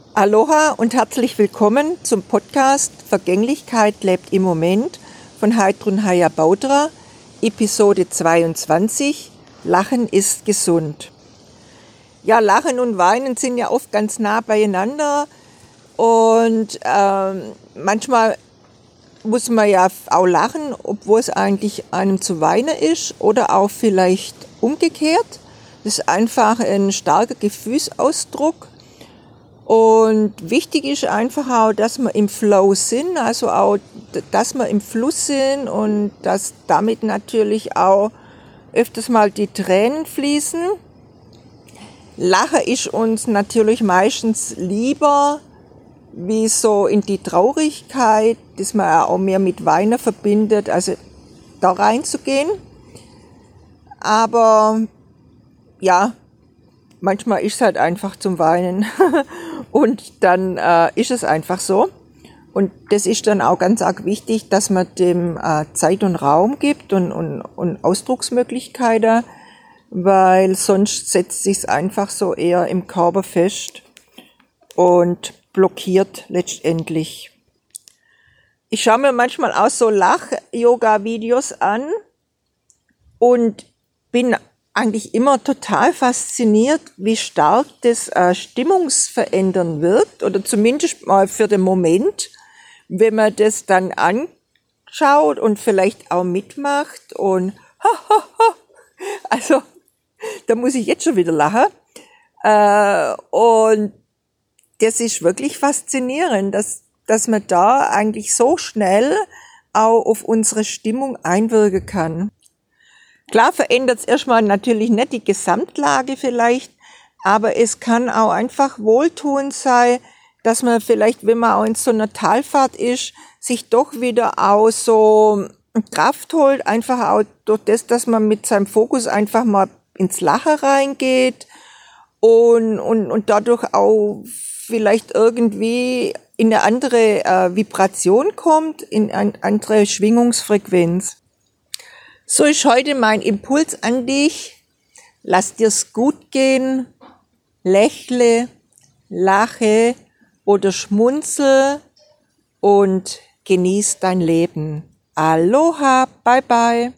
Aloha und herzlich willkommen zum Podcast Vergänglichkeit lebt im Moment von Heidrun Haya-Baudra, Episode 22, Lachen ist gesund. Ja, Lachen und Weinen sind ja oft ganz nah beieinander und manchmal muss man ja auch lachen, obwohl es eigentlich einem zu weinen ist oder auch vielleicht umgekehrt. Das ist einfach ein starker Gefühlsausdruck. Und wichtig ist einfach auch, dass wir im Flow sind, also auch, dass wir im Fluss sind und dass damit natürlich auch öfters mal die Tränen fließen. Lachen ist uns natürlich meistens lieber, wie so in die Traurigkeit, dass man auch mehr mit Weinen verbindet, also da reinzugehen. Aber ja, manchmal ist es halt einfach zum Weinen und dann ist es einfach so. Und das ist dann auch ganz arg wichtig, dass man dem Zeit und Raum gibt und Ausdrucksmöglichkeiten, weil sonst setzt sich's einfach so eher im Körper fest und blockiert letztendlich. Ich schaue mir manchmal auch so Lach-Yoga-Videos an und bin eigentlich immer total fasziniert, wie stark das stimmungsverändern wirkt oder zumindest mal für den Moment, wenn man das dann anschaut und vielleicht auch mitmacht und also da muss ich jetzt schon wieder lachen und das ist wirklich faszinierend, dass man da eigentlich so schnell auch auf unsere Stimmung einwirken kann. Klar verändert es erstmal natürlich nicht die Gesamtlage vielleicht, aber es kann auch einfach wohltuend sein, dass man vielleicht, wenn man auch in so einer Talfahrt ist, sich doch wieder auch so Kraft holt, einfach auch durch das, dass man mit seinem Fokus einfach mal ins Lachen reingeht und dadurch auch vielleicht irgendwie in eine andere Vibration kommt, in eine andere Schwingungsfrequenz. So ist heute mein Impuls an dich. Lass dir's gut gehen, lächle, lache oder schmunzel und genieß dein Leben. Aloha, bye bye.